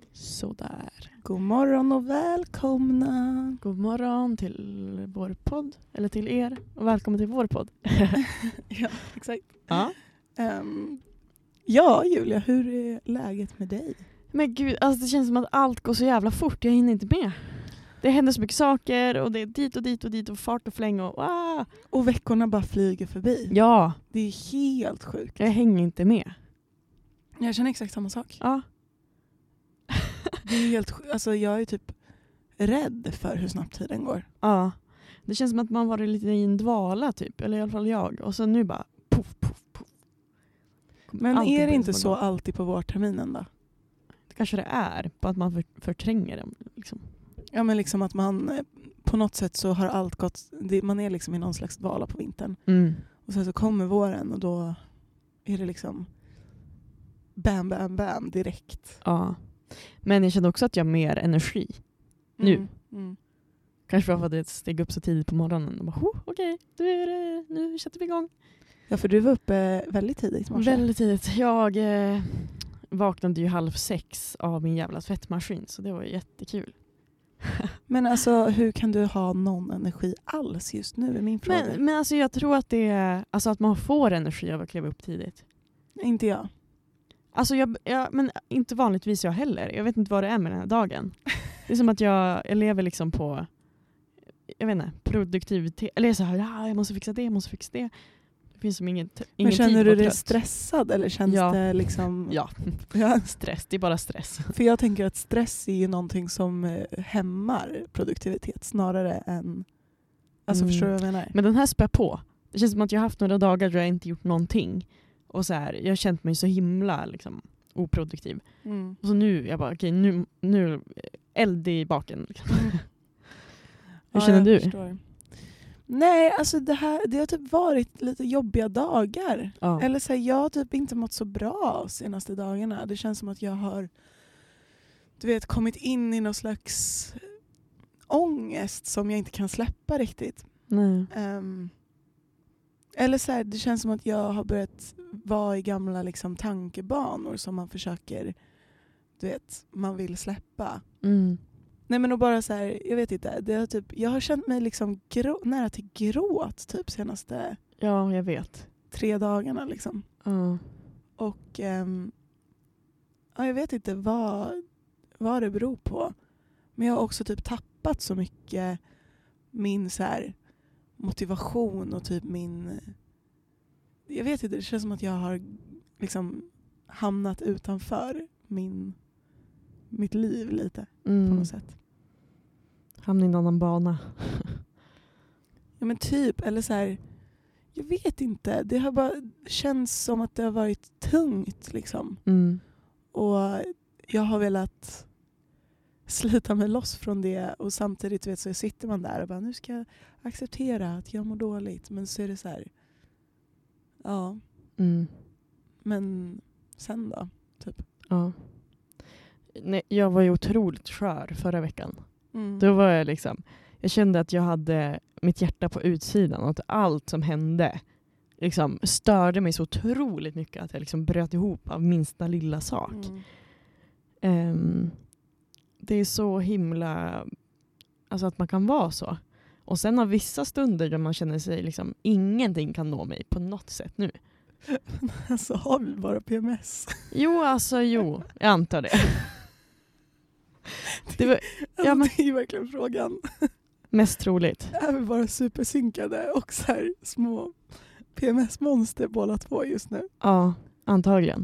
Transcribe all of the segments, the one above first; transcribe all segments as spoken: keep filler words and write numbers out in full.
Sådär. God morgon och välkomna. God morgon till vår podd. Eller till er. Och välkommen till vår podd. Ja, exakt. Ja. Um, ja, Julia, hur är läget med dig? Men gud, alltså det känns som att allt går så jävla fort. Jag hinner inte med. Det händer så mycket saker och det är dit och dit och dit och fart och fläng och ah. Och veckorna bara flyger förbi. Ja. Det är helt sjukt. Jag hänger inte med. Jag känner exakt samma sak. Ja. Det är helt sjukt. Alltså jag är typ rädd för hur snabbt tiden går. Ja. Det känns som att man varit lite i en dvala typ. Eller i alla fall jag. Och så nu bara puff, puff, puff. Men Alltid är det på inte en så gång. alltid på vårterminen då? Det kanske det är. På att man för, förtränger dem. Liksom. Ja, men liksom att man eh, på något sätt så har allt gått, det, man är liksom i någon slags dvala på vintern. Mm. Och sen så kommer våren och då är det liksom bam, bam, bam direkt. Ja. Men jag kände också att jag har mer energi. Nu. Mm. Mm. Kanske för att det steg upp så tidigt på morgonen. Och bara, oh, okej, okay, nu sätter vi igång. Ja, för du var uppe väldigt tidigt i morse. Väldigt tidigt. Jag eh, vaknade ju halv sex av min jävla tvättmaskin. Så det var jättekul. Men alltså, hur kan du ha någon energi alls just nu är min fråga. Men, men alltså jag tror att det är alltså att man får energi av att kliva upp tidigt. Inte jag. Alltså jag, jag, men inte vanligtvis jag heller. Jag vet inte vad det är med den här dagen. Det är som att jag, jag lever liksom på, jag vet inte, produktivitet. Eller jag är så här, ja, jag måste fixa det, jag måste fixa det. Det finns som inget, ingen Men känner tid du att dig trött. stressad eller känns Ja. det liksom... Ja, Ja. stress. Det är bara stress. För jag tänker att stress är ju någonting som eh, hämmar produktivitet snarare än... Alltså Mm. förstår du vad jag menar? Men den här spär på. Det känns som att jag har haft några dagar där jag inte gjort någonting. Och så här, jag har känt mig så himla liksom, oproduktiv. Mm. Och så nu, jag bara, okej, nu, nu eld i baken. Liksom. Mm. Hur Ja, känner jag du? förstår. Nej, alltså det här det har typ varit lite jobbiga dagar. Ja. Eller så här, jag har typ inte mått så bra senaste dagarna. Det känns som att jag har du vet, kommit in i någon slags ångest som jag inte kan släppa riktigt. Nej. Um, eller så här, det känns som att jag har börjat vara i gamla liksom, tankebanor som man försöker, du vet, man vill släppa. Mm. Nej men och bara så här, jag vet inte, det har typ, jag har känt mig liksom grå, nära till gråt typ senaste Ja, jag vet. tre dagarna liksom. Ja. Och um, ja, jag vet inte vad, vad det beror på. Men jag har också typ tappat så mycket min så här motivation och typ min, jag vet inte, det känns som att jag har liksom hamnat utanför min mitt liv lite Mm. på något sätt. Hamna i en annan bana. Ja men typ, eller så här, jag vet inte, det har bara känts som att det har varit tungt liksom. Mm. Och jag har velat slita mig loss från det och samtidigt vet, så sitter man där och bara, nu ska jag acceptera att jag mår dåligt. Men så är det så här, ja, Mm. men sen då, typ. Ja. Nej, jag var ju otroligt skör förra veckan. Mm. Då var jag liksom, jag kände att jag hade mitt hjärta på utsidan och att allt som hände liksom störde mig så otroligt mycket att jag liksom bröt ihop av minsta lilla sak. Mm. Um, det är så himla, alltså att man kan vara så. Och sen har vissa stunder där man känner sig liksom, ingenting kan nå mig på något sätt nu. Alltså har vi bara P M S? Jo, alltså jo, jag antar det. Det var Alltså, Ja, men- det är ju verkligen frågan. mest troligt. Är vi bara supersynkade och så här små P M S-monster båda två just nu? Ja, antagligen.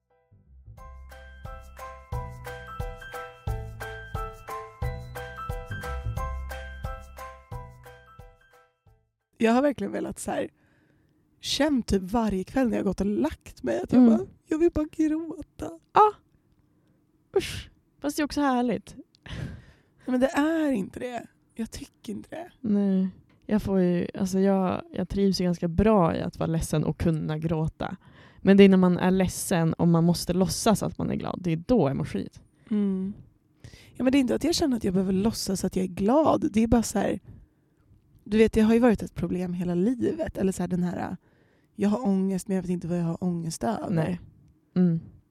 Jag har verkligen velat så här, känt typ varje kväll när jag gått och lagt mig att jag Mm. bara, jag vill bara gråta. Usch. Fast det är också härligt. Men det är inte det. Jag tycker inte det. Nej. Jag får ju, alltså jag, jag trivs ju ganska bra i att vara ledsen och kunna gråta. Men det är när man är ledsen och man måste låtsas att man är glad. Det är då jag mår skit. Mm. Ja, men det är inte att jag känner att jag behöver låtsas att jag är glad. Det är bara så här, du vet, det har ju varit ett problem hela livet. Eller så här den här, jag har ångest men jag vet inte vad jag har ångest över. Nej. Mm.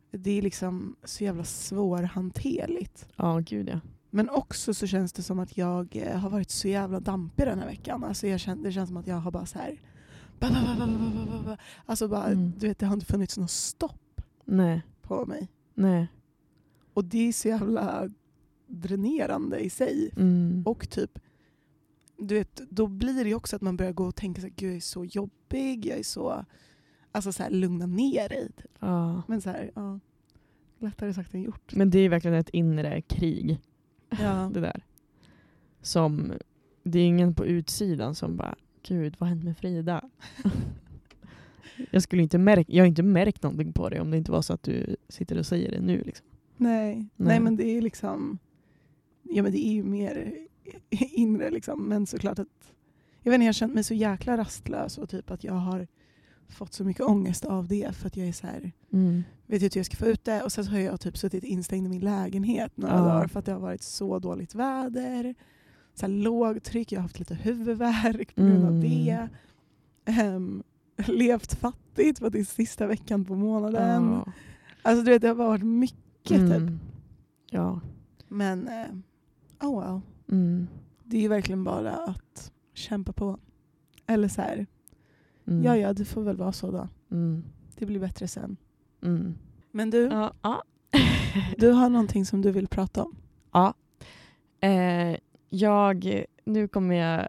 det är liksom så jävla svårhanterligt. Ja, gud ja. Men också så känns det som att jag eh, har varit så jävla dampig den här veckan. Alltså jag känner, det känns som att jag har bara så här... Ba, ba, ba, ba, ba, ba, ba. Alltså bara, Mm. du vet, det har inte funnits något stopp Nej, på mig. nej. Och det är så jävla dränerande i sig. Mm. Och typ, du vet, då blir det ju också att man börjar gå och tänka så här, gud jag är så jobbig, jag är så... Alltså så här, lugna ner dig. Typ. Ja. Men så här, ja. Lättare sagt än gjort. Men det är verkligen ett inre krig. Ja. Det där. Som, det är ingen på utsidan som bara, gud vad hände med Frida? jag skulle inte märka, jag har inte märkt någonting på det om det inte var så att du sitter och säger det nu liksom. Nej. Nej, Nej men det är liksom, ja men det är ju mer inre liksom, men såklart att, jag vet inte, jag har känt mig så jäkla rastlös och typ att jag har fått så mycket ångest av det för att jag är så här, Mm. vet inte hur jag ska få ut det, och sen så har jag typ suttit instängd i min lägenhet några Ja. dagar för att det har varit så dåligt väder, så här lågtryck, jag har haft lite huvudvärk på grund av Mm. det. Um, levt fattigt för att det är sista veckan på månaden. Ja. Alltså du vet, det har bara varit mycket typ. Mm. Ja. Men eh, oh well. Mm. Det är ju verkligen bara att kämpa på. Eller så här, Mm. ja ja, det får väl vara så då. Mm. Det blir bättre sen. Mm. Men du, Ja. Ja. du har någonting som du vill prata om. Ja. Eh, jag, nu kommer jag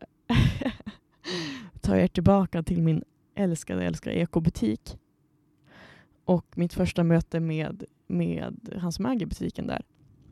ta er tillbaka till min älskade, älskade ekobutik. Och mitt första möte med, med han som äger butiken där.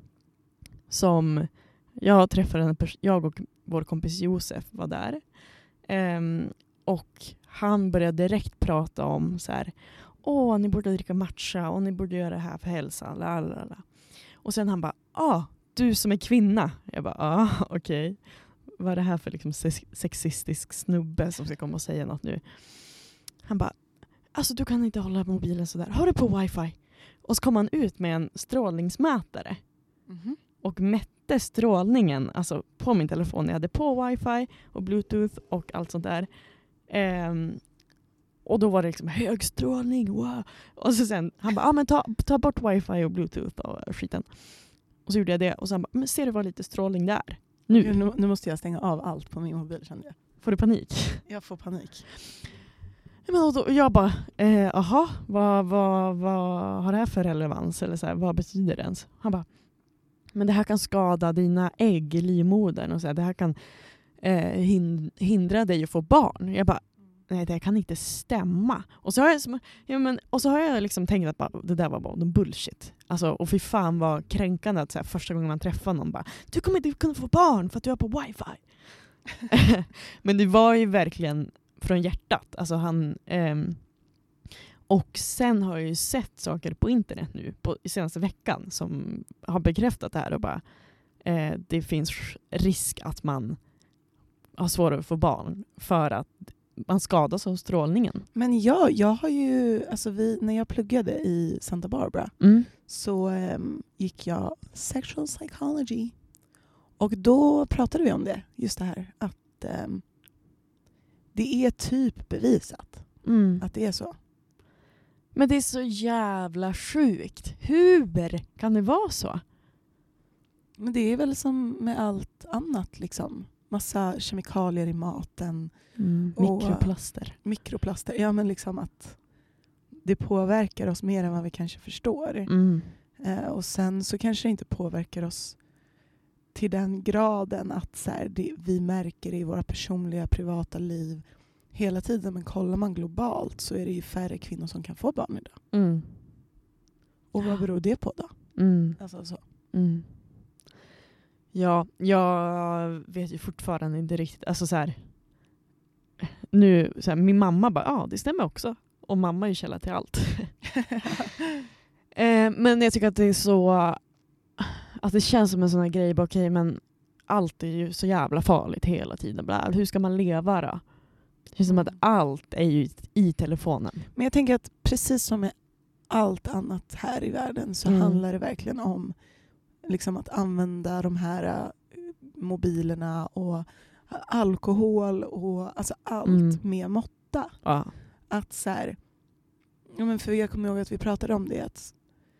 Som jag träffade, en pers- jag och vår kompis Josef var där. Ehm, och han började direkt prata om så här, åh, ni borde dricka matcha och ni borde göra det här för hälsan. Lalala. Och sen han bara, ah, du som är kvinna. Jag bara, ah, okej. Okay. Vad är det här för liksom sexistisk snubbe som ska komma och säga något nu? Han bara, alltså du kan inte hålla mobilen sådär. Har du på wifi? Och så kom han ut med en strålningsmätare. Mm-hmm. Och mätte strålningen, alltså på min telefon. Jag hade på wifi och bluetooth och allt sånt där. Ehm, och då var det liksom hög strålning. Wow. Och så sen, han bara, ah, men ta, ta bort wifi och bluetooth och skiten. Och så gjorde jag det. Och sen bara, men ser du vad lite strålning där? Nu. Nu, nu måste jag stänga av allt på min mobil, kände jag. Får du panik? Jag får panik. Men och då, jag bara, eh, aha, vad, vad, vad har det här för relevans? Eller så här, vad betyder det ens? Han bara, men det här kan skada dina ägg i livmodern. Och så här, det här kan eh, hin- hindra dig att få barn. Jag bara, nej, det kan inte stämma. Och så har jag, ja, men, och så har jag liksom tänkt att bara, det där var bara en bullshit. Alltså, och fy fan vad kränkande att så här, första gången man träffar någon bara, du kommer inte kunna få barn för att du är på wifi. Men det var ju verkligen från hjärtat. Alltså han, ehm, och sen har jag ju sett saker på internet nu på, i senaste veckan som har bekräftat det här och bara eh, det finns risk att man har svårare att få barn för att man skadas av strålningen. Men ja, jag har ju, alltså vi, när jag pluggade i Santa Barbara Mm. så um, gick jag sexual psychology. Och då pratade vi om det, just det här, att um, det är typ bevisat Mm. att det är så. Men det är så jävla sjukt. Hur kan det vara så? Men det är väl som med allt annat liksom. Massa kemikalier i maten. Mm. Och- Mikroplaster. Mikroplaster. Ja, men liksom att det påverkar oss mer än vad vi kanske förstår. Mm. Eh, och sen så kanske det inte påverkar oss till den graden att så här, det, vi märker det i våra personliga, privata liv hela tiden. Men kollar man globalt så är det ju färre kvinnor som kan få barn idag. Mm. Och vad beror det på då? Mm. Alltså, så. Mm. Ja, jag vet ju fortfarande inte riktigt. Alltså så här, nu, så här, min mamma bara, ja det stämmer också. Och mamma är ju källa till allt. eh, men jag tycker att det är så, att det känns som en sån här grej, bara, okej, men allt är ju så jävla farligt hela tiden. Bla, hur ska man leva då? Det känns som att allt är ju i telefonen. Men jag tänker att precis som med allt annat här i världen så Mm. handlar det verkligen om liksom att använda de här äh, mobilerna och alkohol och alltså allt Mm. med måtta. Ja. Att så här, ja, men för jag kommer ihåg att vi pratade om det, att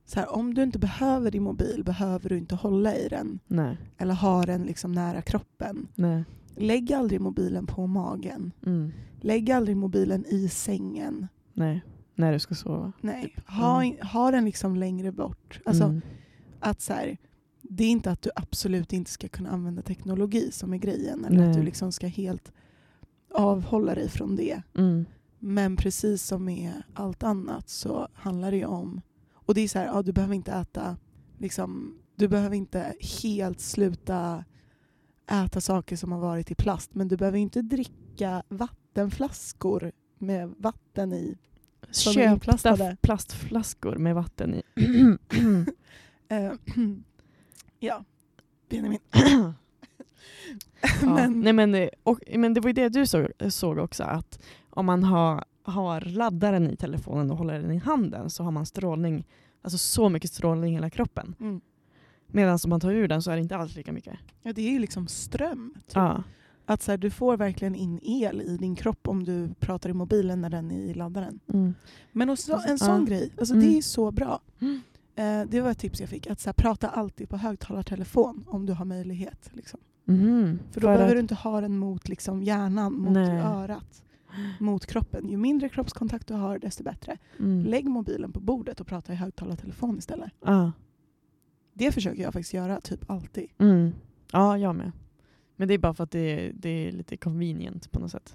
så här, om du inte behöver din mobil behöver du inte hålla i den. Nej. Eller ha den liksom nära kroppen. Nej. Lägg aldrig mobilen på magen. Mm. Lägg aldrig mobilen i sängen. Nej. När du ska sova. Nej. Ha, in, ha den liksom längre bort. Alltså Mm. att så här, det är inte att du absolut inte ska kunna använda teknologi som är grejen. Eller Nej. att du liksom ska helt avhålla dig från det. Mm. Men precis som med allt annat så handlar det ju om, och det är så här, ja, du behöver inte äta liksom, du behöver inte helt sluta äta saker som har varit i plast, men du behöver inte dricka vattenflaskor med vatten i som är Köpta inplastade. plastflaskor med vatten i. Eh, ja, Benjamin. Ja. Men- Nej, men, det- och, men det var ju det du såg, såg också, att om man har, har laddaren i telefonen och håller den i handen så har man strålning, alltså så mycket strålning i hela kroppen. Mm. Medan om man tar ur den så är det inte alls lika mycket. Ja, det är ju liksom ström. Typ. Ja. Att så här, du får verkligen in el i din kropp om du pratar i mobilen när den är i laddaren. Mm. Men också en Ja. sån grej, alltså Mm. det är så bra. Mm. Eh, det var ett tips jag fick, att så här, prata alltid på högtalartelefon om du har möjlighet. Liksom. Mm. För då För behöver att- du inte ha den mot liksom, hjärnan, mot Nej. örat, mot kroppen. Ju mindre kroppskontakt du har, desto bättre. Mm. Lägg mobilen på bordet och prata i högtalartelefon istället. Ja. Det försöker jag faktiskt göra typ alltid. Mm. Ja, jag med. Men det är bara för att det, det är lite convenient på något sätt.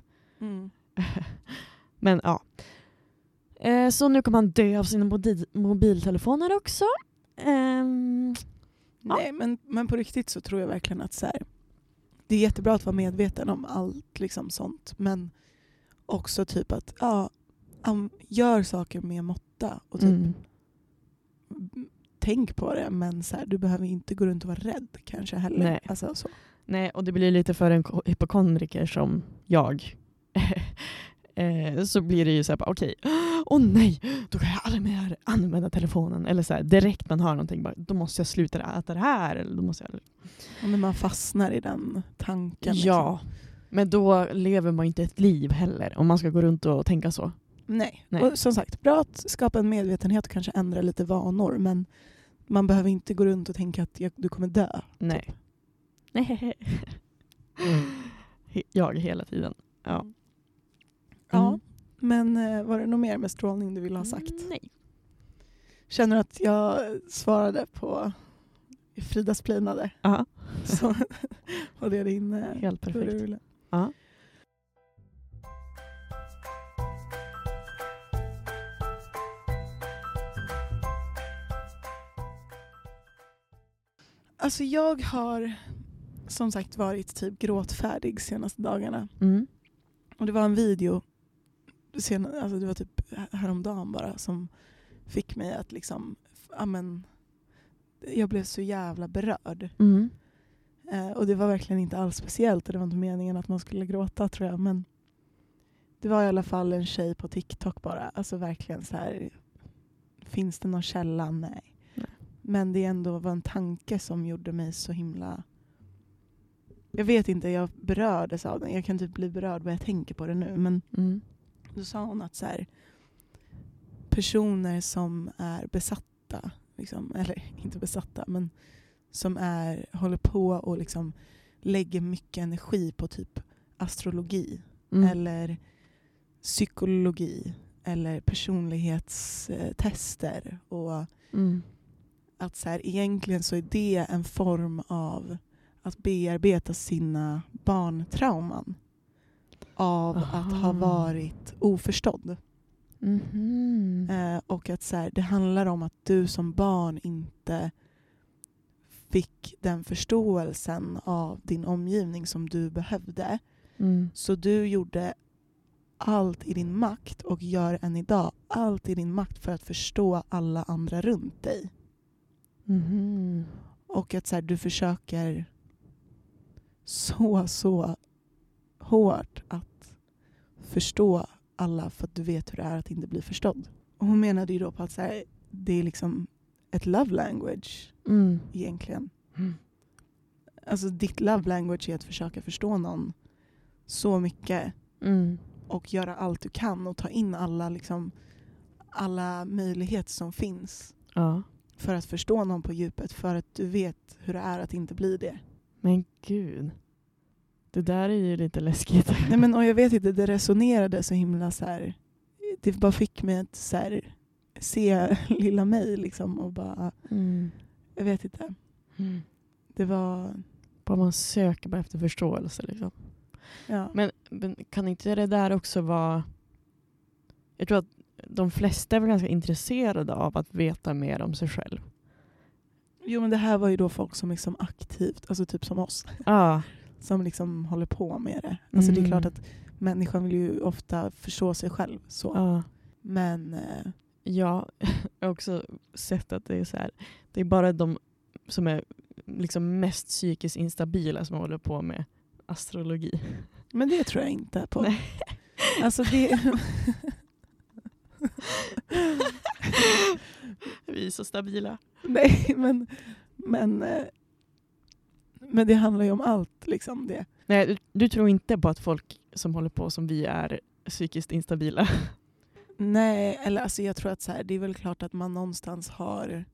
Men ja. Eh, så nu kommer man dö av sina mobil- mobiltelefoner också. Ehm, Ja. Nej, men, men på riktigt så tror jag verkligen att så här, det är jättebra att vara medveten om allt liksom sånt. Men också typ att ja, um, gör saker med måtta. Och typ mm. m- tänk på det. Men så här, du behöver inte gå runt och vara rädd kanske heller. Nej. Alltså, så. Nej, och det blir lite för en ko- hypokondriker som jag. eh, så blir det ju så här, bara, okej, åh nej, då kan jag aldrig mer använda telefonen. Eller så här, direkt man har någonting, bara, då måste jag sluta äta det här. Eller då måste jag... Ja, men man fastnar i den tanken. Ja, men då lever man inte ett liv heller om man ska gå runt och tänka så. Liksom. Nej. Nej. Och som sagt, bra att skapa en medvetenhet och kanske ändra lite vanor. Men man behöver inte gå runt och tänka att jag, du kommer dö. Nej. Nej. He- jag hela tiden. Ja. Ja. Mm. Men eh, var det något mer med strålning du ville ha sagt? Nej. Känner du att jag svarade på Fridas plänade? Ja, Så var det din... eh, helt vad du perfekt. ville. Ja. Alltså jag har som sagt varit typ gråtfärdig senaste dagarna. Mm. Och det var en video, sen, alltså det var typ häromdagen bara, som fick mig att liksom, ja men, jag blev så jävla berörd. Mm. Eh, och det var verkligen inte alls speciellt, och det var inte meningen att man skulle gråta tror jag, men det var i alla fall en tjej på TikTok bara, alltså verkligen så här, finns det någon källa? Nej. Nej. Men det ändå var en tanke som gjorde mig så himla, jag vet inte, jag berördes av den. Jag kan typ bli berörd vad jag tänker på det nu, men Mm. då sa hon att så här, personer som är besatta, liksom, eller inte besatta, men som är, håller på och liksom lägger mycket energi på typ astrologi Mm. eller psykologi eller personlighetstester, och Mm. att så här, egentligen så är det en form av att bearbeta sina barntrauman av Aha. att ha varit oförstådd. Mhm. Eh, och att så här, det handlar om att du som barn inte fick den förståelsen av din omgivning som du behövde. Mm. Så du gjorde allt i din makt, och gör än idag allt i din makt för att förstå alla andra runt dig. Mhm. Och att så här, du försöker så, så hårt att förstå alla för att du vet hur det är att inte bli förstådd. Och hon menade ju då på att så här, det är liksom ett love language Mm. egentligen. Mm. Alltså ditt love language är att försöka förstå någon så mycket Mm. och göra allt du kan och ta in alla, liksom, alla möjligheter som finns. Ja. för att förstå någon på djupet, för att du vet hur det är att inte bli det. Men gud. Det där är ju lite läskigt. Nej, men och jag vet inte, det resonerade så himla så här. Det bara fick mig att så här, se lilla mig liksom och bara Mm. jag vet inte. Mm. Det var Bara man söker bara efter förståelse liksom. ja. Men, men kan inte det där också vara... Jag tror att de flesta är väl ganska intresserade av att veta mer om sig själv. Jo, men det här var ju då folk som liksom aktivt, alltså typ som oss, Ja. som liksom håller på med det. Alltså Mm. det är klart att människan vill ju ofta förstå sig själv så. Ja. Men eh, Ja, jag har också sett att det är så här. Det är bara de som är liksom mest psykiskt instabila som håller på med astrologi. men det tror jag inte på. Nej. Alltså det Vi är så stabila. nej, men men eh, men det handlar ju om allt liksom det. Nej, du, du tror inte på att folk som håller på som vi är psykiskt instabila? Nej, eller alltså jag tror att så här, det är väl klart att man någonstans har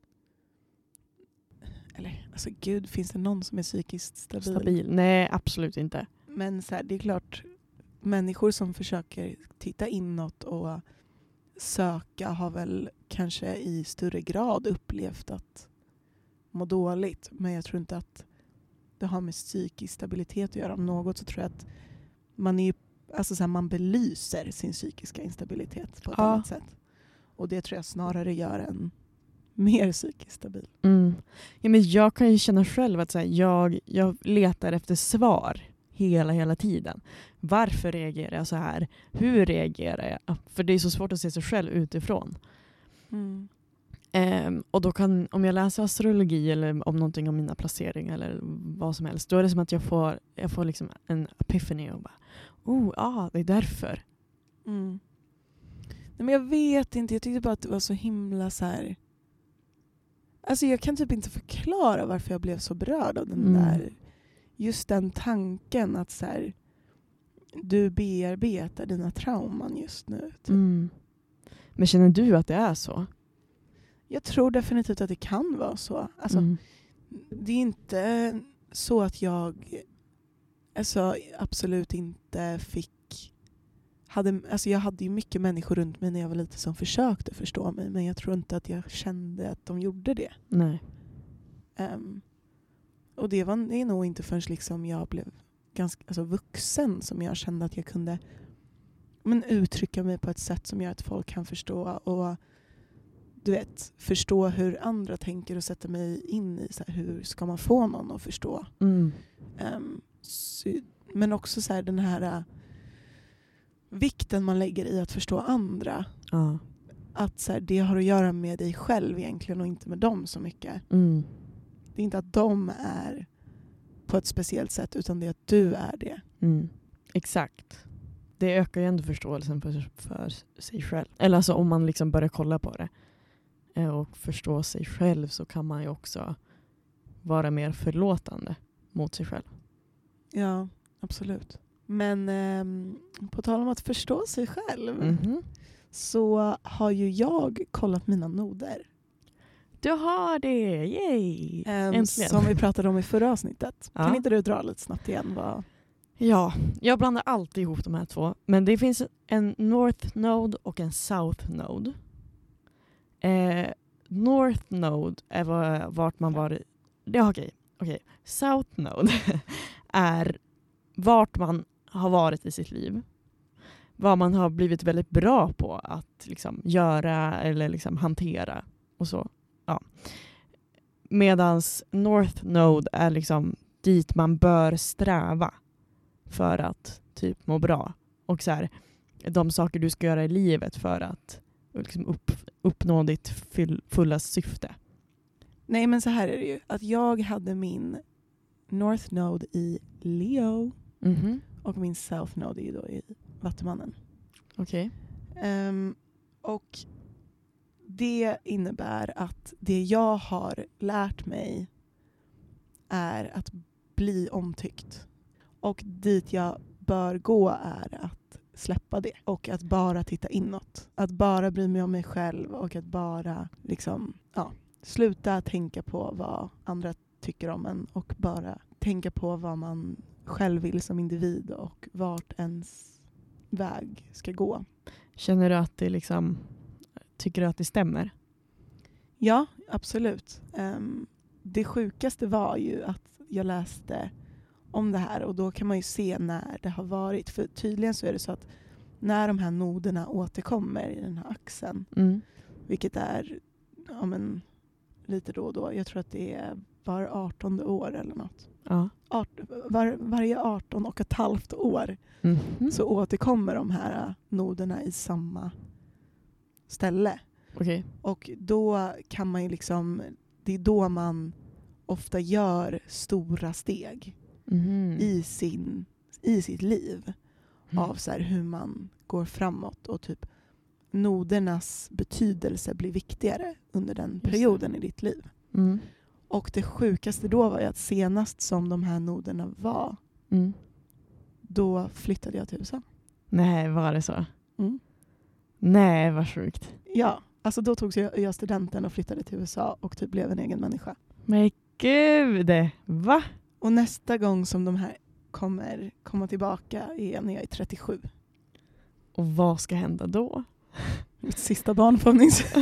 eller alltså gud, finns det någon som är psykiskt stabil? Stabil? Nej, absolut inte. Men så här, det är klart, människor som försöker titta inåt och söka har väl kanske i större grad upplevt att må dåligt. Men jag tror inte att det har med psykisk stabilitet att göra. Om något så tror jag att man, är, alltså så här, man belyser sin psykiska instabilitet på ett Ja. annat sätt. Och det tror jag snarare gör en mer psykiskt stabil. Mm. Ja, men jag kan ju känna själv att så här, jag, jag letar efter svar hela, hela tiden. Varför reagerar jag så här? Hur reagerar jag? För det är så svårt att se sig själv utifrån. Mm. Ehm, och då kan, om jag läser astrologi eller om någonting om mina placeringar eller vad som helst, då är det som att jag får, jag får liksom en epiphany och bara, oh, ja, ah, det är därför. Mm. Nej, men jag vet inte, jag tyckte bara att det var så himla så här. Alltså jag kan typ inte förklara varför jag blev så berörd av den Mm. där, just den tanken att så här, du bearbetar dina trauman just nu. Typ. Mm. Men känner du att det är så? Jag tror definitivt att det kan vara så. Alltså, Mm. det är inte så att jag alltså, absolut inte fick hade, alltså jag hade ju mycket människor runt mig när jag var lite som försökte förstå mig, men jag tror inte att jag kände att de gjorde det. Nej. Um, och det var det är nog inte förrän liksom jag blev ganska alltså vuxen som jag kände att jag kunde men, uttrycka mig på ett sätt som gör att folk kan förstå och du vet, förstå hur andra tänker och sätta mig in i så här, hur ska man få någon att förstå. Mm. Um, så, men också så här, den här uh, vikten man lägger i att förstå andra. Ja. Att så här, det har att göra med dig själv egentligen och inte med dem så mycket. Mm. Det är inte att de är på ett speciellt sätt utan det är att du är det. Mm. Exakt. Det ökar ju ändå förståelsen för, för sig själv. Eller alltså om man liksom börjar kolla på det eh, och förstå sig själv, så kan man ju också vara mer förlåtande mot sig själv. Ja, absolut. Men eh, på tal om att förstå sig själv Mhm. så har ju jag kollat mina noder. Du har det! Yay! Eh, Äntligen. som vi pratade om i förra avsnittet. Ja. Kan inte du dra lite snabbt igen? Vad... Ja, jag blandar alltid ihop de här två. Men det finns en North Node och en South Node. Eh, North Node är var, vart man var... Det är okej. okej. South Node är vart man har varit i sitt liv. Vad man har blivit väldigt bra på att liksom göra eller liksom hantera och så. Ja. Medans North Node är liksom dit man bör sträva för att typ må bra. Och så här, de saker du ska göra i livet för att liksom upp, uppnå ditt full, fulla syfte. Nej, men så här är det ju. Att jag hade min North Node i Leo Mhm. och min South Node är ju då i Vattumannen. Okej. Um, och det innebär att det jag har lärt mig är att bli omtyckt. Och dit jag bör gå är att släppa det. Och att bara titta inåt. Att bara bry mig om mig själv och att bara liksom, ja, sluta tänka på vad andra tycker om en och bara tänka på vad man själv vill som individ och vart ens väg ska gå. Känner du att det liksom, tycker du att det stämmer? Ja, absolut. Um, det sjukaste var ju att jag läste om det här och då kan man ju se när det har varit. För tydligen så är det så att när de här noderna återkommer i den här axeln, Mm. vilket är ja, men, lite då och då, jag tror att det är var artonde år eller något. Ja. Art, var, varje arton och ett halvt år Mm. så återkommer de här noderna i samma ställe. Okej. Och då kan man ju liksom, det är då man ofta gör stora steg Mm. i, sin, i sitt liv Mm. av så här hur man går framåt och typ nodernas betydelse blir viktigare under den det. perioden i ditt liv. Mm. Och det sjukaste då var ju att senast som de här noderna var, Mm. då flyttade jag till U S A. Nej, var det så? Mm. Nej, vad sjukt. Ja, alltså då tog jag, jag studenten och flyttade till U S A och typ blev en egen människa. Men gud, va? Och nästa gång som de här kommer komma tillbaka är när jag är trettiosju. Och vad ska hända då? Mitt sista barn förhoppningsvis.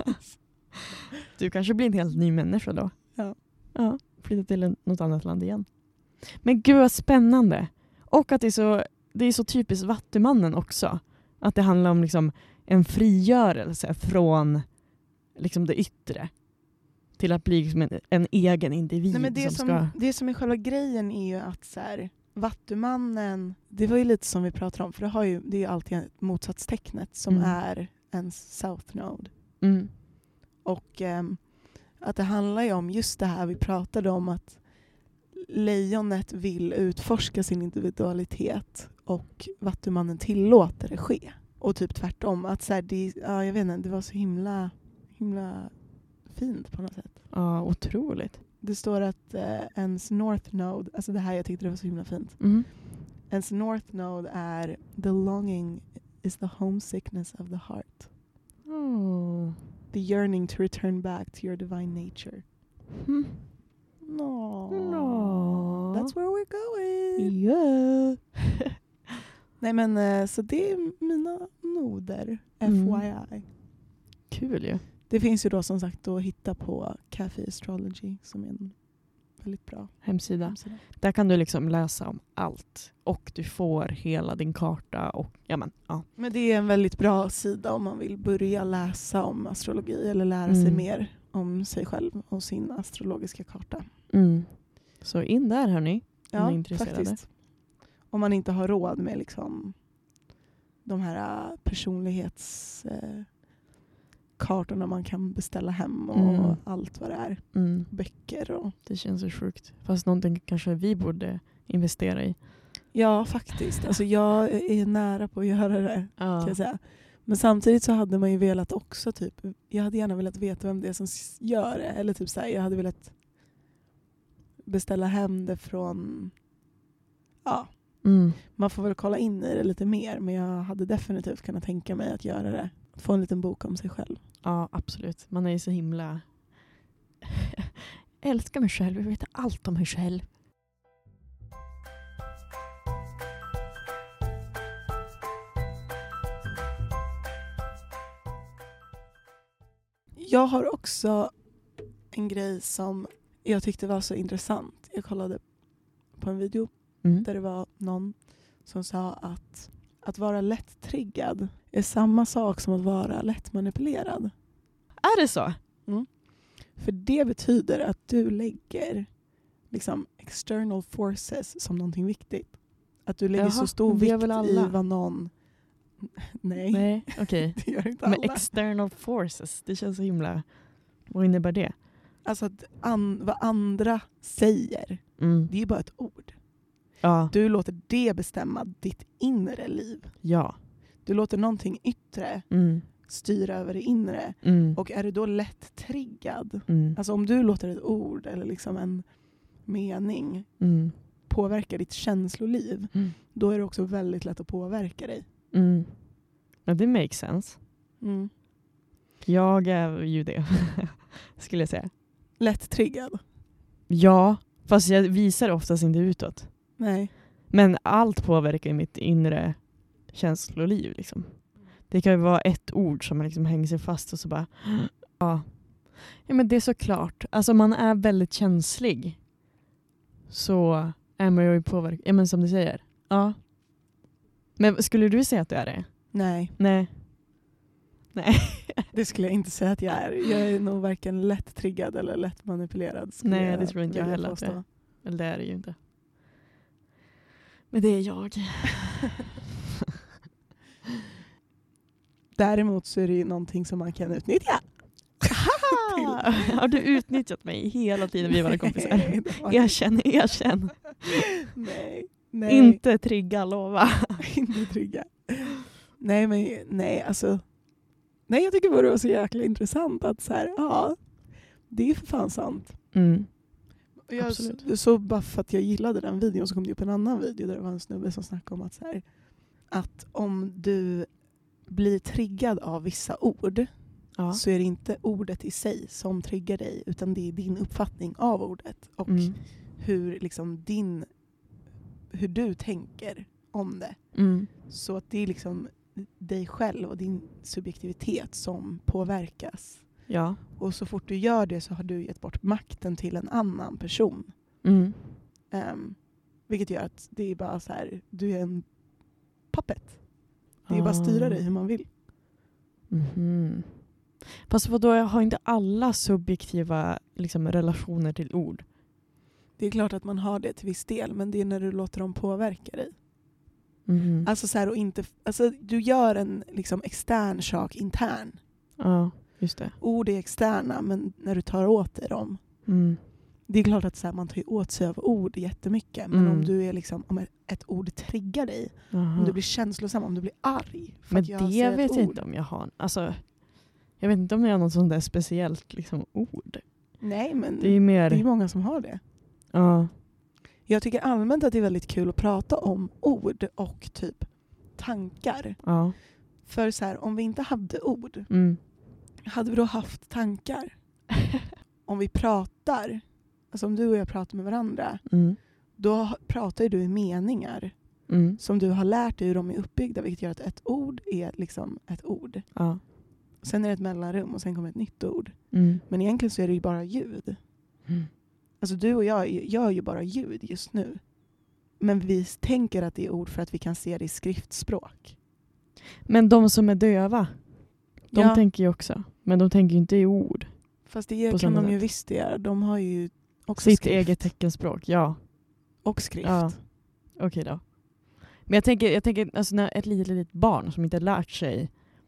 Du kanske blir en helt ny människa då. Ja. Ja, flytta till en, något annat land igen. Men gud vad spännande. Och att det är så, det är så typiskt Vattumannen också. Att det handlar om liksom en frigörelse från liksom det yttre. Till att bli liksom en, en egen individ. Nej, men det, som som, ska... det som är själva grejen är ju att så här, Vattumannen, det var ju lite som vi pratade om, för det, har ju, det är ju alltid ett motsatstecknet som Mm. är ens South Node. Mm. Och ehm, att det handlar ju om just det här vi pratade om, att lejonet vill utforska sin individualitet och Vattumannen tillåter det ske. Och typ tvärtom, att så här, det, ja, jag vet inte, det var så himla, himla fint på något sätt. Ja, otroligt. Det står att eh, ens North Node, alltså det här jag tyckte det var så himla fint. Mm. Ens North Node är the longing is the homesickness of the heart. Oh. The yearning to return back to your divine nature. Mm. No. No. That's where we're going. Yeah. Nej men eh, så det är mina noder, Mm. F Y I. Kul ju. Det finns ju då som sagt att hitta på Café Astrology som är en väldigt bra Hemsida. hemsida. Där kan du liksom läsa om allt. Och du får hela din karta. Och, ja, men, ja. Men det är en väldigt bra sida om man vill börja läsa om astrologi eller lära sig Mm. mer om sig själv och sin astrologiska karta. Mm. Så in där hörni. Om ni är Ja, intresserade. faktiskt. Om man inte har råd med liksom de här äh, personlighets äh, kartorna man kan beställa hem och Mm. allt vad det är. Mm. Böcker och... Det känns så sjukt. Fast någonting kanske vi borde investera i. Ja, faktiskt. Alltså jag är nära på att göra det, Ja. kan jag säga. Men samtidigt så hade man ju velat också typ, jag hade gärna velat veta vem det är som s- gör det. Eller typ så här, jag hade velat beställa hem det från, ja, Mm. man får väl kolla in i det lite mer, men jag hade definitivt kunnat tänka mig att göra det. Få en liten bok om sig själv. Ja, absolut. Man är ju så himla... Jag älskar mig själv. Jag vet allt om mig själv. Jag har också en grej som jag tyckte var så intressant. Jag kollade på en video Mm. där det var någon som sa att att vara lätt-triggad är samma sak som att vara lätt-manipulerad. Är det så? För det betyder att du lägger liksom external forces som någonting viktigt. Att du lägger Jaha, så stor det gör vikt väl alla? i vad någon... Nej, Nej, okej. det gör inte alla. Men external forces, det känns så himla... Vad innebär det? Alltså att an, vad andra säger, Mm. det är ju bara ett ord. Ja. Du låter det bestämma ditt inre liv. Ja. Du låter någonting yttre Mm. styra över det inre. Mm. Och är du då lätt triggad, Mm. alltså om du låter ett ord eller liksom en mening Mm. påverka ditt känsloliv, Mm. då är det också väldigt lätt att påverka dig. Mm. Ja, det makes sense. Mm. Jag är ju det, skulle jag säga. Lätt triggad? Ja, fast jag visar oftast inte utåt. Nej. Men allt påverkar i mitt inre känsloliv. Liksom. Det kan ju vara ett ord som liksom hänger sig fast och så bara... Ja. Ja, men det är såklart. Alltså man är väldigt känslig. Så är man ju påverkad. Ja, men som du säger. Ja. Men skulle du säga att du är det? Nej. Nej. Nej. Det skulle jag inte säga att jag är. Jag är nog varken lätt triggad eller lätt manipulerad. Nej, jag det tror inte jag heller att det är. Eller det är det ju inte. Men det är jag. Däremot så är det ju någonting som man kan utnyttja. Har du utnyttjat mig hela tiden vi var kompisar? Nej, Erkänn, erkänn. Nej, nej. Inte trigga, lova. Inte trigga. Nej, men nej, alltså. Nej, jag tycker det var så jäkla intressant att så här, ja, det är för fan sant. Mm. Jag Absolut. så bara för att jag gillade den videon så kom det upp en annan video där det var en snubbe som snackade om att så här, att om du blir triggad av vissa ord, Ja. så är det inte ordet i sig som triggar dig, utan det är din uppfattning av ordet och Mm. hur liksom din hur du tänker om det. Mm. Så att det är liksom dig själv och din subjektivitet som påverkas. Ja. Och så fort du gör det så har du gett bort makten till en annan person. Mm. Um, vilket gör att det är bara så här, du är en puppet. Det är bara att styra dig hur man vill. Mm. Fast vadå, jag har inte alla subjektiva liksom, relationer till ord. Det är klart att man har det till viss del, men det är när du låter dem påverka dig. Mm. Alltså så här, och inte, alltså du gör en liksom extern sak intern. Ja, just det. Ord är externa, men när du tar åt dig dem. Mm. Det är klart att så här, man tar ju åt sig av ord jättemycket. Men Mm. om du är liksom, om ett ord triggar dig, Aha. om du blir känslosam, om du blir arg. För Men att jag det säger ett vet jag ord. inte om jag har. Alltså, jag vet inte om jag har något sånt där speciellt liksom, ord. Nej, men Det är ju mer... det är många som har det. Ja. Jag tycker allmänt att det är väldigt kul att prata om ord och typ tankar. Ja. För så här, om vi inte hade ord, Mm. hade vi då haft tankar? Om vi pratar, alltså om du och jag pratar med varandra, Mm. då pratar ju du i meningar Mm. som du har lärt dig hur de är uppbyggda, vilket gör att ett ord är liksom ett ord. Ja. Sen är det ett mellanrum och sen kommer ett nytt ord. Mm. Men egentligen så är det ju bara ljud. Mm. Alltså du och jag gör ju bara ljud just nu. Men vi tänker att det är ord för att vi kan se det i skriftspråk. Men de som är döva, de Ja. tänker ju också. Men de tänker ju inte i ord. Fast det På kan samma de ju sätt. visst göra. De har ju också Sitt skrift. eget teckenspråk, ja. Och skrift. Ja. Okej då. Men jag tänker, jag tänker alltså när ett litet, litet barn som inte har lärt sig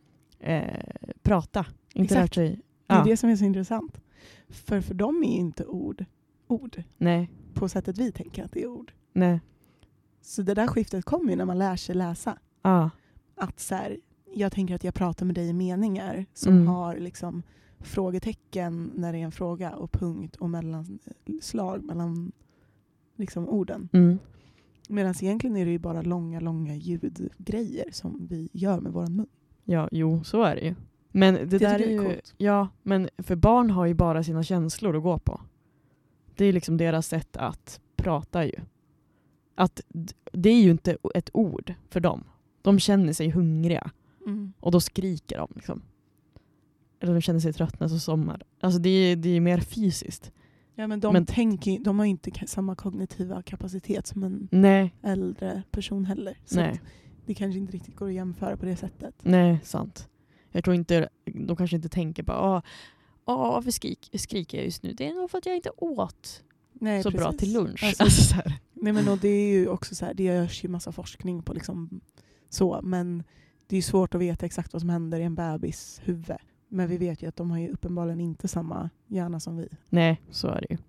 eh, prata. Inte Exakt. lärt sig... Det är Ja. det som är så intressant. För för dem är ju inte ord ord Nej, på sättet vi tänker att det är ord. nej. Så det där skiftet kommer ju när man lär sig läsa. Ja. Att så här, jag tänker att jag pratar med dig i meningar som Mm. har liksom frågetecken när det är en fråga och punkt och mellanslag mellan liksom orden. Mm. Medan egentligen är det ju bara långa, långa ljudgrejer som vi gör med våran mun. Ja, jo, så är det ju. Men det, Det där är tycker ju... jag är coolt. Ja, men för barn har ju bara sina känslor att gå på. Det är liksom deras sätt att prata ju. Att d- det är ju inte ett ord för dem. De känner sig hungriga. Mm. Och då skriker de liksom. Eller de känner sig tröttna så sommar. Alltså det är, det är mer fysiskt. Ja, men de, Men- tänker, ju- de har ju inte ka- samma kognitiva kapacitet som en Nej, äldre person heller. Så nej, att det kanske inte riktigt går att jämföra på det sättet. nej, sant. Jag tror inte, de kanske inte tänker på åh, åh varför skrik, skriker jag just nu? Det är nog för att jag inte åt Nej, så bra precis. till lunch. Alltså, Alltså, så här. nej, men och det är ju också så här, det görs ju massa forskning på liksom så, men det är ju svårt att veta exakt vad som händer i en bebis huvud. Men vi vet ju att de har ju uppenbarligen inte samma hjärna som vi. Nej, så är det ju.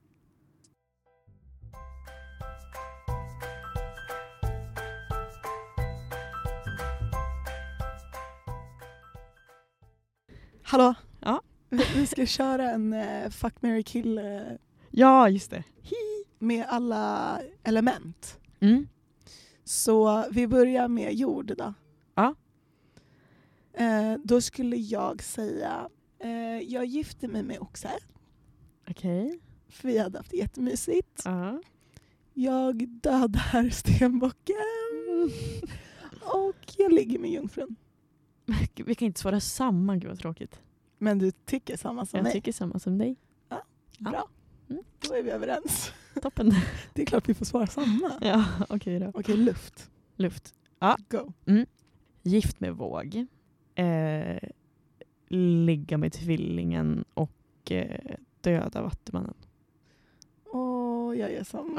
Hallå? Ja. Vi, vi ska köra en uh, fuck, marry, kill uh, Ja, just det. med alla element. Mm. Så vi börjar med jord då. Ja. Eh, då skulle jag säga, eh, jag gifte mig med oxe. Okej. För vi hade haft det jättemysigt. Ja. Jag dödar stenbocken. Och jag ligger med jungfrun. Vi kan inte svara samma, gud vad tråkigt. Men du tycker samma som Jag mig? tycker samma som dig. Ja, Ja. bra. Mm. Då är vi överens. Toppen. Det är klart vi får svara samma. Ja, okej då. Okej, luft. Luft. Ja. Go. Gift med våg. Eh, ligga med tvillingen och eh, döda vattumannen. Åh, jag gör samma.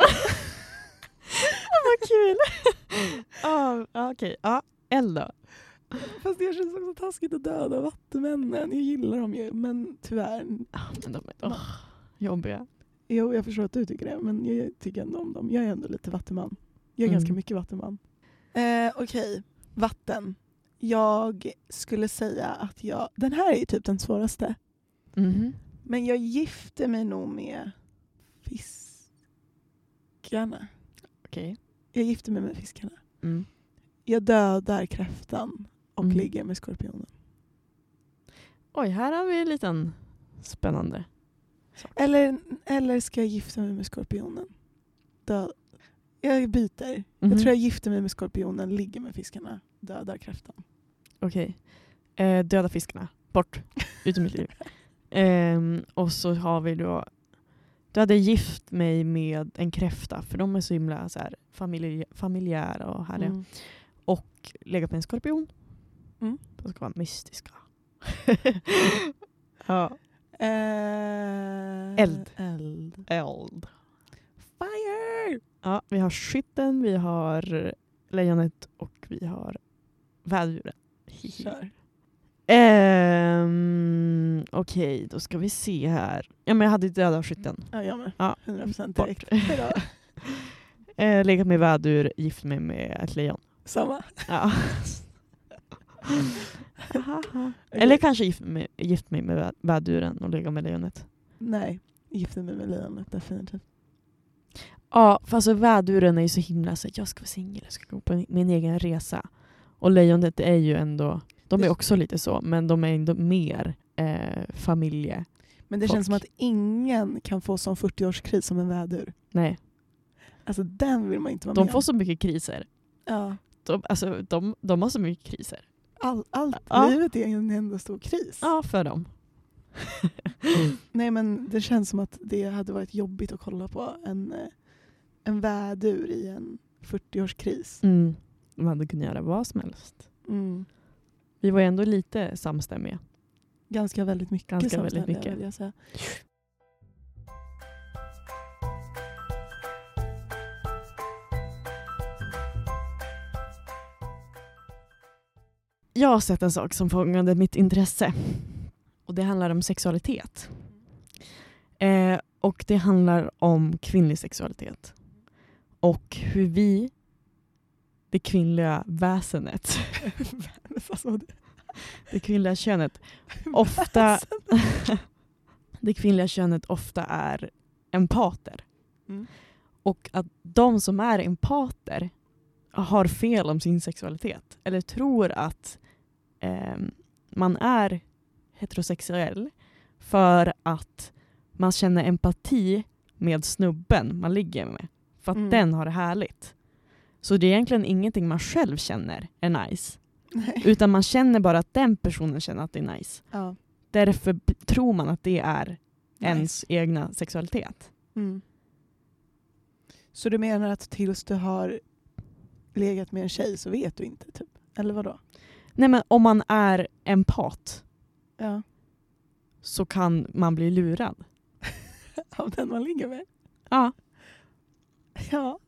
Vad kul! ah, Okej, okay. Ja. Eld då? Fast det känns också taskigt att döda vattumännen. Jag gillar dem ju, men tyvärr. Ah, men de är oh, jobbiga. Jo, jag förstår att du tycker det, men jag tycker ändå om dem. Jag är ändå lite vattuman. Jag är Mm. ganska mycket vattuman. Eh, Okej, okay. Vatten. Jag skulle säga att jag... Den här är ju typ den svåraste. Mm-hmm. Men jag gifter mig nog med fiskarna. Okej. Okay. Jag gifter mig med fiskarna. Mm. Jag dödar kräftan och Mm. ligger med skorpionen. Oj, här har vi en liten spännande sak. Eller, eller ska jag gifta mig med skorpionen? Död. Jag byter. Mm-hmm. Jag tror jag gifter mig med skorpionen, ligger med fiskarna, dödar kräftan. Okej. Okay. Eh, döda fiskarna. Bort. Ut ur mitt liv. Eh, och så har vi då... Du hade gift mig med en kräfta. För de är så himla så här, familj, familjära och härliga. Mm. Och lägga på en skorpion. Mm. De ska vara mystiska. Ja. Eh, Eld. Eld. Eld. Fire! Ja, vi har skytten, vi har lejonet och vi har väduren. Kör. Ehm, Okej, okay, då ska vi se här. Ja, men jag hade dödat skytten. Ja, jag med. Ja. hundra procent Bort. direkt. eh, Legat med vädur, gift mig med ett lejon. Samma. Ja. Eller kanske gift mig, gift mig med väduren och lägga med lejonet. Nej, gifter mig med lejonet definitivt. Ja, för alltså väduren är ju så himla så jag ska vara singel, jag ska gå på min egen resa. Och lejonet är ju ändå, de är också lite så, men de är ändå mer eh, familje. Men det folk. Känns som att ingen kan få sån fyrtioårskris som en vädur. Nej. Alltså den vill man inte vara De med får om. så mycket kriser. Ja. De, alltså, de, de har så mycket kriser. All, allt Ja. livet är en enda stor kris. Ja, för dem. Nej, men det känns som att det hade varit jobbigt att kolla på en, eh, en vädur i en fyrtioårskris. Mm. De hade kunnat göra vad som helst. Mm. Vi var ju ändå lite samstämmiga. Ganska väldigt mycket. Ganska väldigt samstämmiga, mycket. vill jag säga. Jag har sett en sak som fångade mitt intresse. Och det handlar om sexualitet. Eh, och det handlar om kvinnlig sexualitet. Och hur vi, det kvinnliga väsenet, det kvinnliga könet, ofta, det kvinnliga könet ofta är empater. Mm. Och att de som är empater har fel om sin sexualitet. Eller tror att eh, man är heterosexuell för att man känner empati med snubben man ligger med. För att Mm. den har det härligt. Så det är egentligen ingenting man själv känner är nice. Nej. Utan man känner bara att den personen känner att det är nice. Ja. Därför b- tror man att det är Nice. ens egna sexualitet. Mm. Så du menar att tills du har legat med en tjej så vet du inte, typ? Eller vadå? Nej, men om man är empat Ja. så kan man bli lurad. Av den man ligger med? Ja. Ja.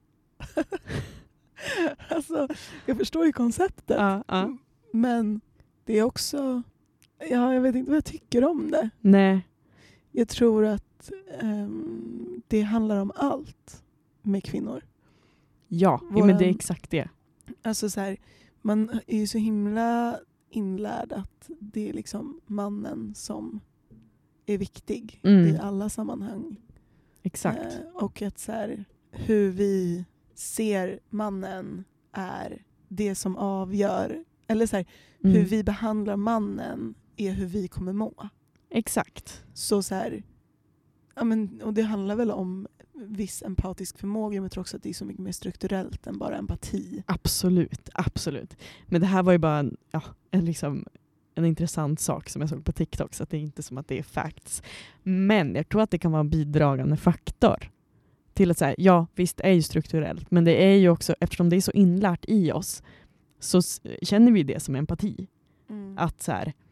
Alltså, jag förstår ju konceptet. Ja, ja. Men det är också... Ja, jag vet inte vad jag tycker om det. Nej. Jag tror att um, det handlar om allt med kvinnor. Ja, Våran- ja, men det är exakt det. Alltså så här, man är ju så himla inlärd att det är liksom mannen som är viktig Mm. i alla sammanhang. Exakt. Eh, och att så här, hur vi ser mannen är det som avgör eller så här, Mm. hur vi behandlar mannen är hur vi kommer må. Exakt. Så så här, ja, men, och det handlar väl om viss empatisk förmåga, men jag tror också att det är så mycket mer strukturellt än bara empati. Absolut, absolut. Men det här var ju bara en, ja, en, liksom, en intressant sak som jag såg på TikTok, så att det är inte som att det är facts. Men jag tror att det kan vara en bidragande faktor till att säga, ja visst det är ju strukturellt, men det är ju också, eftersom det är så inlärt i oss, så s- känner vi det som empati. Mm. Att så här,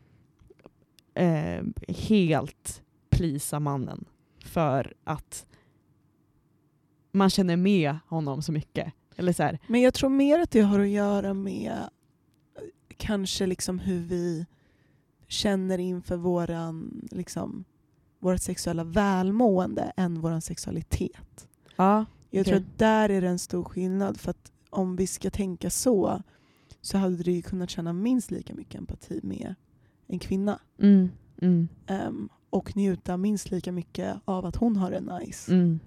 eh, helt plisa mannen för att man känner med honom så mycket. Eller så här. Men jag tror mer att det har att göra med eh, kanske liksom hur vi känner inför våran, liksom, vårt sexuella välmående än våran sexualitet. Ja, Jag okej. tror att där är det en stor skillnad, för att om vi ska tänka så så hade du ju kunnat känna minst lika mycket empati med en kvinna. Mm, mm, Um, och njuta minst lika mycket av att hon har det nice. mm.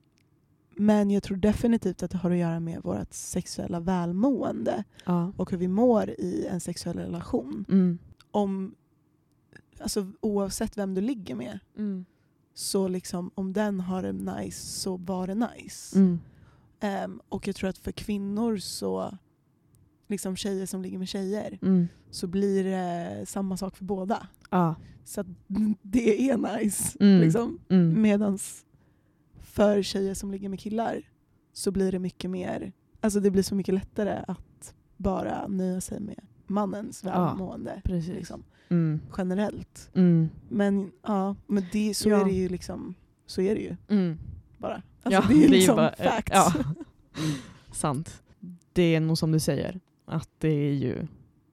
Men jag tror definitivt att det har att göra med vårt sexuella välmående Ja. och hur vi mår i en sexuell relation. Mm. Om, alltså, oavsett vem du ligger med, Mm. så liksom, om den har det nice så var det nice. Mm. Um, och jag tror att för kvinnor, så liksom tjejer som ligger med tjejer, Mm. så blir det samma sak för båda. Ja. Så att det är nice. Mm. Liksom. Mm. Medans för tjejer som ligger med killar så blir det mycket mer, alltså det blir så mycket lättare att bara nöja sig med mannens välmående. Precis. Liksom, Mm. generellt. Mm. Men ja, men det, så Ja. är det ju liksom, så är det ju Mm. bara. Alltså Ja, det är ju det är ju liksom bara- facts. ja. Sant. Det är nog som du säger. Att det är ju...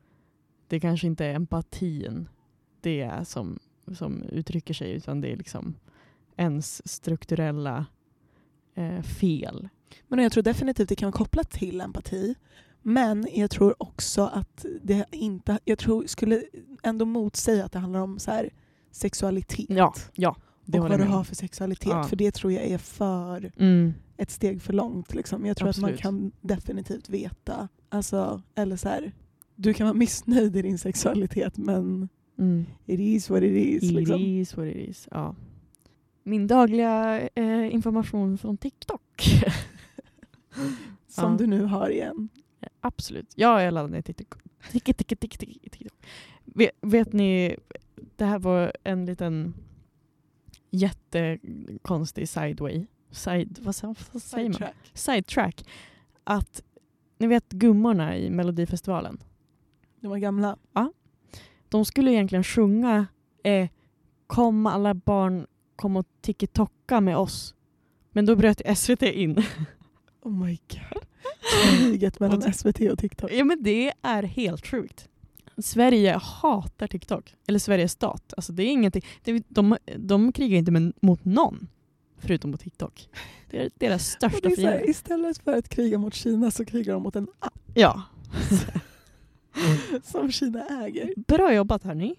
Det kanske inte är empatin det är som, som uttrycker sig, utan det är liksom ens strukturella eh, fel. Men jag tror definitivt det kan vara kopplat till empati. Men jag tror också att det inte, jag tror skulle ändå motsäga att det handlar om så här sexualitet. Ja, ja. Det Och håller vad jag du med har om. för sexualitet. Ja. För det tror jag är för Mm. ett steg för långt. Liksom. Jag tror Absolut. att man kan definitivt veta. Alltså, eller så här, du kan vara missnöjd i din sexualitet, men Mm. it is what it is. It Liksom. is what it is. Ja. Min dagliga eh, information från TikTok. Som Ja. du nu har igen. Absolut. Ja, jag laddade ner TikTok. TikTok, TikTok, TikTok, TikTok. Vet, vet ni, det här var en liten jättekonstig sideway. Side, vad, sa- vad säger man? Sidetrack. Sidetrack. Att, ni vet gummorna i Melodifestivalen. De var gamla. De skulle egentligen sjunga eh, kom alla barn, kom och ticketocka med oss. Men då bröt S V T in. Oh my god. Kriget mellan S V T och TikTok. Ja, men det är helt sjukt. Sverige hatar TikTok. Eller Sveriges stat. Alltså det är ingenting. Det, de, de krigar inte med, mot någon. Förutom mot TikTok. Det är deras Och största det är så här, fiende. istället för att kriga mot Kina så krigar de mot en app Ja. som Kina äger. Bra jobbat hörni.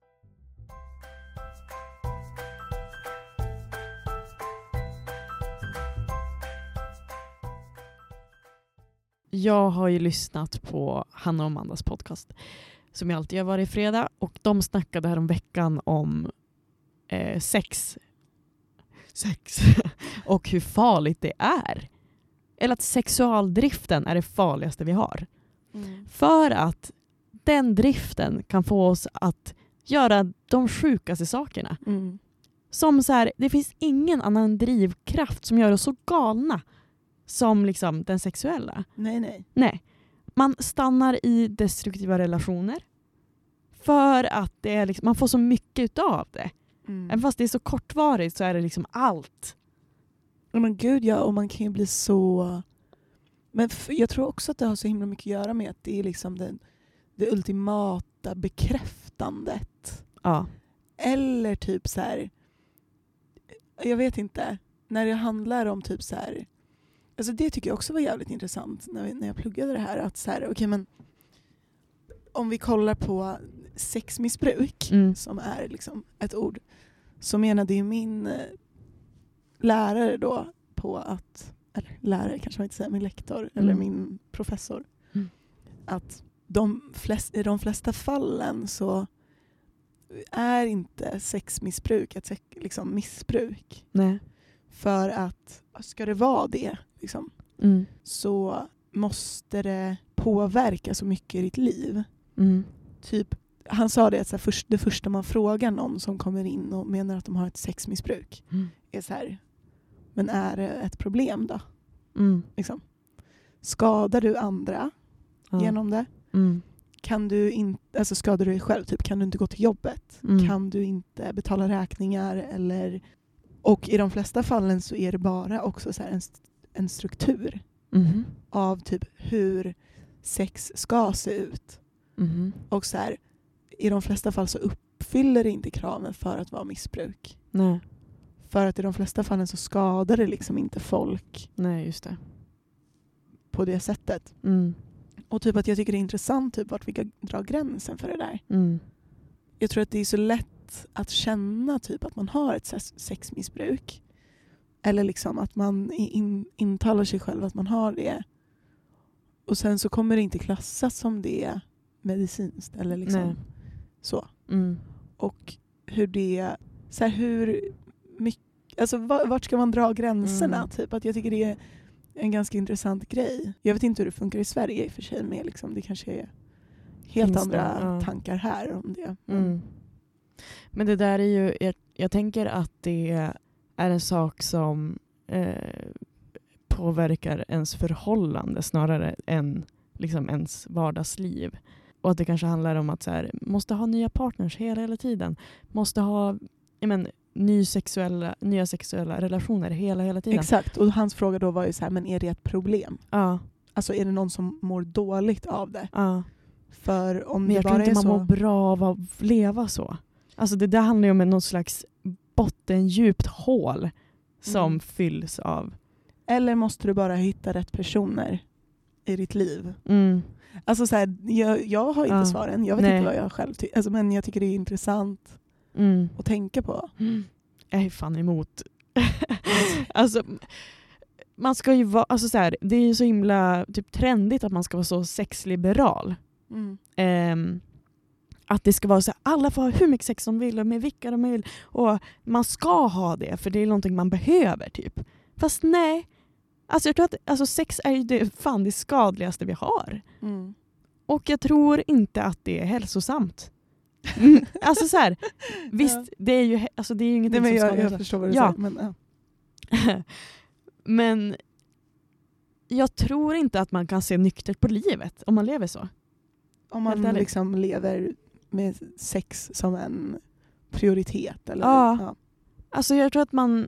Jag har ju lyssnat på Hanna och Amandas podcast som jag alltid gör varje fredag, och de snackade här om veckan om eh, sex. Sex. Och hur farligt det är. Eller att sexualdriften är det farligaste vi har. Mm. För att den driften kan få oss att göra de sjukaste sakerna. Mm. Som så här, det finns ingen annan drivkraft som gör oss så galna som liksom den sexuella. Nej, nej. Nej. Man stannar i destruktiva relationer för att det är liksom, man får så mycket utav det. Mm. Även fast det är så kortvarigt så är det liksom allt. Ja, men gud ja, och man kan ju bli så... Men f- jag tror också att det har så himla mycket att göra med att det är liksom den, det ultimata bekräftandet. Ja. Eller typ så här... Jag vet inte. När det handlar om typ så här... Alltså det tycker jag också var jävligt intressant när, vi, när jag pluggade det här. Att så här, okej, men om vi kollar på sexmissbruk, Mm. som är liksom ett ord, så menade ju min eh, lärare då på att, eller lärare kanske man inte säger, min lektor Mm. eller min professor, Mm. att de flest, i de flesta fallen så är inte sexmissbruk ett sex, liksom missbruk. Nej. För att ska det vara det liksom, Mm. så måste det påverka så mycket i ditt liv. Mm. Typ, han sa det att så här, först, det första man frågar någon som kommer in och menar att de har ett sexmissbruk Mm. är så här, men är det ett problem då? Mm. Liksom. Skadar du andra Ja. genom det? Mm. Kan du inte, alltså skadar du dig själv? Typ, kan du inte gå till jobbet? Mm. Kan du inte betala räkningar? Eller, och i de flesta fallen så är det bara också så här en, en struktur Mm. av typ hur sex ska se ut. Mm. Och så här, i de flesta fall så uppfyller det inte kraven för att vara missbruk. Nej. För att i de flesta fallen så skadar det liksom inte folk Nej, just det. på det sättet. Mm. Och typ att jag tycker det är intressant typ vart vi kan dra gränsen för det där. Mm. Jag tror att det är så lätt att känna typ att man har ett sexmissbruk. Eller liksom att man in, intalar sig själv att man har det. Och sen så kommer det inte klassas som det medicinskt. Eller liksom Nej. så. Mm. Och hur det... Så här, hur mycket... Alltså vart ska man dra gränserna? Mm. Typ att jag tycker det är en ganska intressant grej. Jag vet inte hur det funkar i Sverige i och för sig. Med liksom, det kanske är helt Finns andra det? Ja. tankar här om det. Mm. Men det där är ju, jag, jag tänker att det är en sak som eh, påverkar ens förhållande snarare än liksom ens vardagsliv. Och att det kanske handlar om att så här, måste ha nya partners hela, hela tiden. Måste ha jag men, ny sexuella, nya sexuella relationer hela, hela tiden. Exakt, och hans fråga då var ju så här, men är det ett problem? Ja. Alltså är det någon som mår dåligt av det? Ja. För om Men det jag tror bara inte är man så... mår bra av att leva så. Alltså det där handlar ju om något slags bottendjupt hål som Mm. fylls av. Eller måste du bara hitta rätt personer i ditt liv? Mm. Alltså så här, jag, jag har inte Ja. svaren. Jag vet Nej. inte vad jag själv tycker. Alltså, men jag tycker det är intressant Mm. att tänka på. Mm. Jag är fan emot. Alltså man ska ju vara, alltså så här, det är ju så himla typ trendigt att man ska vara så sexliberal. Mm. Ehm, att det ska vara så här, alla får ha hur mycket sex de vill och med vilka de vill och man ska ha det för det är någonting man behöver typ. Fast nej. Alltså jag tror att alltså sex är ju det, fan det skadligaste vi har. Mm. Och jag tror inte att det är hälsosamt. Mm, alltså så här, visst, Ja. det är ju alltså det är ju ingenting Nej, men som jag, skadar. jag förstår vad du Ja. säger. Men, ja. Men jag tror inte att man kan se nyktert på livet om man lever så. Om Helt man ärligt. liksom lever med sex som en prioritet. Eller? Ja. Ja. Alltså jag tror att man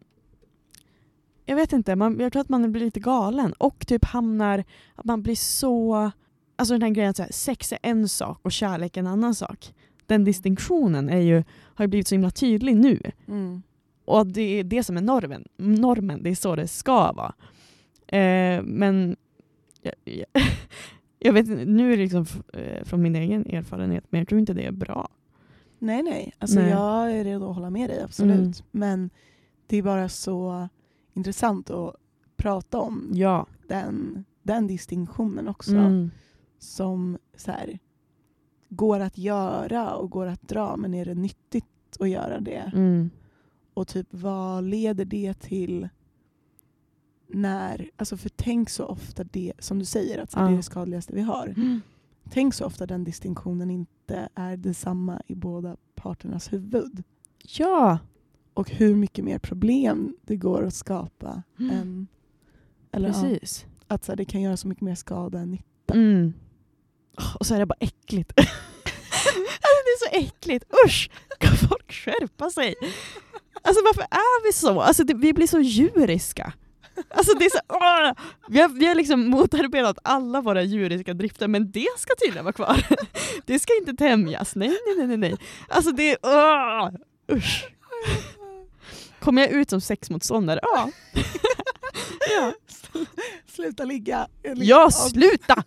jag vet inte, man, jag tror att man blir lite galen och typ hamnar att man blir så alltså den här grejen att så här, sex är en sak och kärlek är en annan sak. Den distinktionen är ju, har ju blivit så himla tydlig nu. Mm. Och det är det som är normen. Normen, det är så det ska vara. Eh, men jag, jag, jag vet inte, nu är det liksom f- eh, från min egen erfarenhet, men jag tror inte det är bra. Nej, nej. Alltså Nej. jag är redo att hålla med dig, absolut. Mm. Men det är bara så intressant att prata om Ja. den, den distinktionen också. Mm. Som så här, går att göra och går att dra, men är det nyttigt att göra det? Mm. Och typ vad leder det till när, alltså för tänk så ofta det, som du säger, att så här, Ja. det är det skadligaste vi har. Mm. Tänk så ofta den distinktionen inte är detsamma i båda parternas huvud. Ja. Och hur mycket mer problem det går att skapa Mm. än, eller, ja, Precis. att så här, det kan göra så mycket mer skada än nytta. Mm. Oh, och så är det bara äckligt. Alltså det är så äckligt. Usch, kan folk skärpa sig? Alltså varför är vi så? Alltså det, vi blir så djuriska. Alltså det är så, åh! Vi har, vi har liksom motarbetat alla våra djuriska drifter, men det ska tydligen vara kvar. Det ska inte tämjas. Nej, nej, nej, nej, nej. Alltså det är, åh! Usch. Kommer jag ut som sexmotståndare? Ja. Ja. Sluta ligga. Ja, sluta!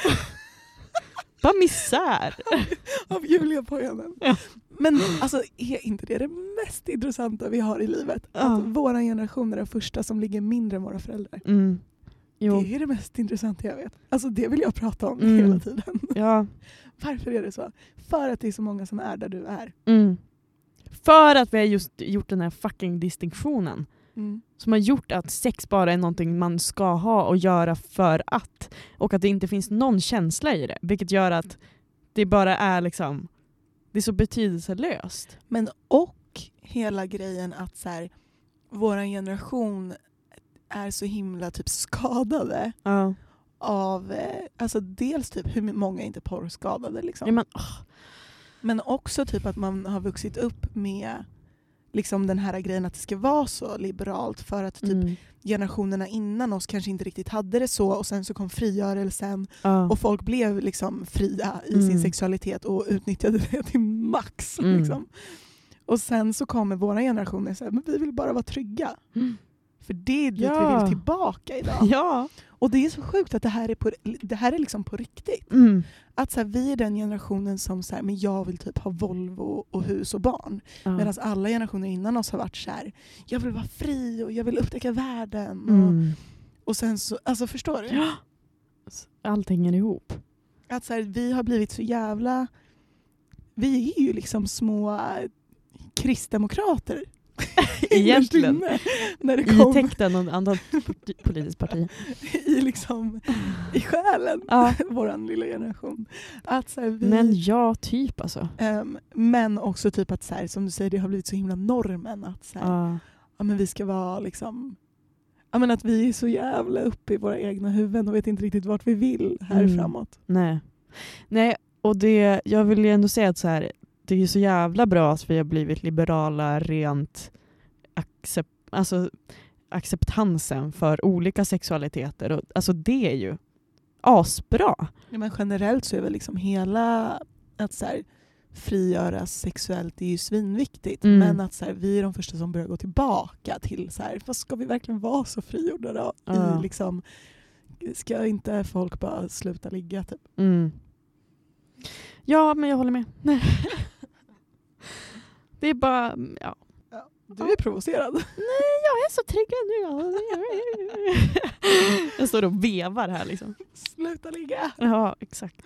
Vad misär. Av Julia-pojanen. Ja. Men alltså, är inte det det mest intressanta vi har i livet? Ja. Att våra generation är den första som ligger mindre än våra föräldrar. Mm. Jo. Det är det mest intressanta jag vet. Alltså det vill jag prata om Mm. hela tiden. Ja. Varför är det så? För att det är så många som är där du är. Mm. För att vi har just gjort den här fucking distinktionen. Mm. Som har gjort att sex bara är någonting man ska ha och göra för att. Och att det inte finns någon känsla i det. Vilket gör att det bara är liksom... Det är så betydelselöst. Men och hela grejen att så här, våran generation är så himla typ skadade Ja. av, eh, alltså dels typ hur många är inte porrskadade liksom. Ja, men, oh. Men också typ att man har vuxit upp med liksom den här grejen att det ska vara så liberalt för att typ mm. generationerna innan oss kanske inte riktigt hade det så och sen så kom frigörelsen ja. och folk blev liksom fria i Mm. sin sexualitet och utnyttjade det till max. Mm. Liksom. Och sen så kommer våra generationer och säger men vi vill bara vara trygga. Mm. För det är dit Ja. vi vill tillbaka idag. Ja. Och det är så sjukt att det här är, på, det här är liksom på riktigt. Mm. Att så här, vi är den generationen som så här, men jag vill typ ha Volvo och hus och barn. Ja. Medan alla generationer innan oss har varit så här, jag vill vara fri och jag vill upptäcka världen. Och, Mm. och sen så, alltså förstår du? Ja. Allt hänger ihop. Att så här, vi har blivit så jävla, vi är ju liksom små kristdemokrater. Egentligen. Inne, när det I kom täckten och annat politiskt parti. i, liksom, i själen, Ja. våran lilla generation. Att, så här, vi, Men ja, typ alltså. um, men också typ att så här, som du säger, det har blivit så himla normen att så här, Ja. ja, men vi ska vara liksom, ja, men att vi är så jävla uppe i våra egna huvuden och vet inte riktigt vart vi vill här Mm. framåt. Nej. Nej, och det, jag vill ju ändå säga att så här, det är ju så jävla bra att vi har blivit liberala rent accept, alltså, acceptansen för olika sexualiteter. Och, alltså det är ju asbra. Ja, men generellt så är väl liksom hela att så här, frigöras sexuellt är ju svinviktigt. Mm. Men att så här, vi är de första som börjar gå tillbaka till så här, vad ska vi verkligen vara så frigjorda då? Ja. I liksom, ska inte folk bara sluta ligga typ? Mm. Ja, men jag håller med. Nej. Det är bara, ja. Du är provocerad. Nej, jag är så triggad nu. Jag står och vevar här liksom. Sluta ligga. Ja, exakt.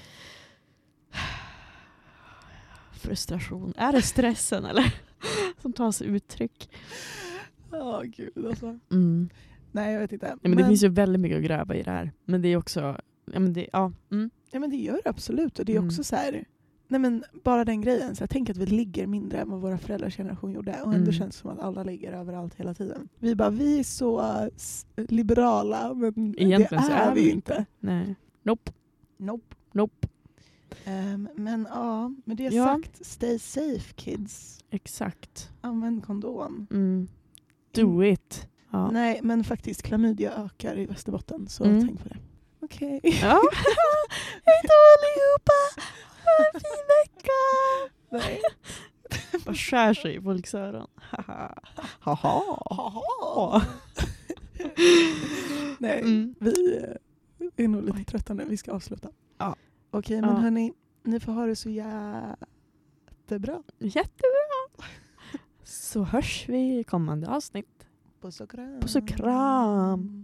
Frustration. Är det stressen eller? Som tar sig uttryck. Ja, gud alltså. Mm. Nej, jag vet inte. Ja, men det finns ju väldigt mycket att gräva i det här. Men det är också, ja men det, ja. Mm. Ja, men det gör det absolut. Och det är Mm. också så här, nej men bara den grejen. Så jag tänker att vi ligger mindre än vad våra föräldrars generation gjorde. Och ändå Mm. känns det som att alla ligger överallt hela tiden. Vi bara, vi är så uh, s- liberala. Men Egentligen det så är är vi vi inte. Nej. Nope. Nope. Nope. Um, men ja, med det Ja. sagt, stay safe kids. Exakt. Använd kondom. Mm. Do it. Ja. Nej, men faktiskt klamydia ökar i Västerbotten. Så Mm. tänk på det. Okej. Ja. Hej då allihopa! Ha en fin vecka! Nej. Bara skär sig i folks öron. Haha. Haha. Haha. Nej, Mm. vi eh, är nog lite trötta nu. Vi ska avsluta. Ja. Okej, men Ja. hörni, ni får ha det så jättebra. Jättebra. Så hörs vi i kommande avsnitt. Puss och kram. Puss och kram.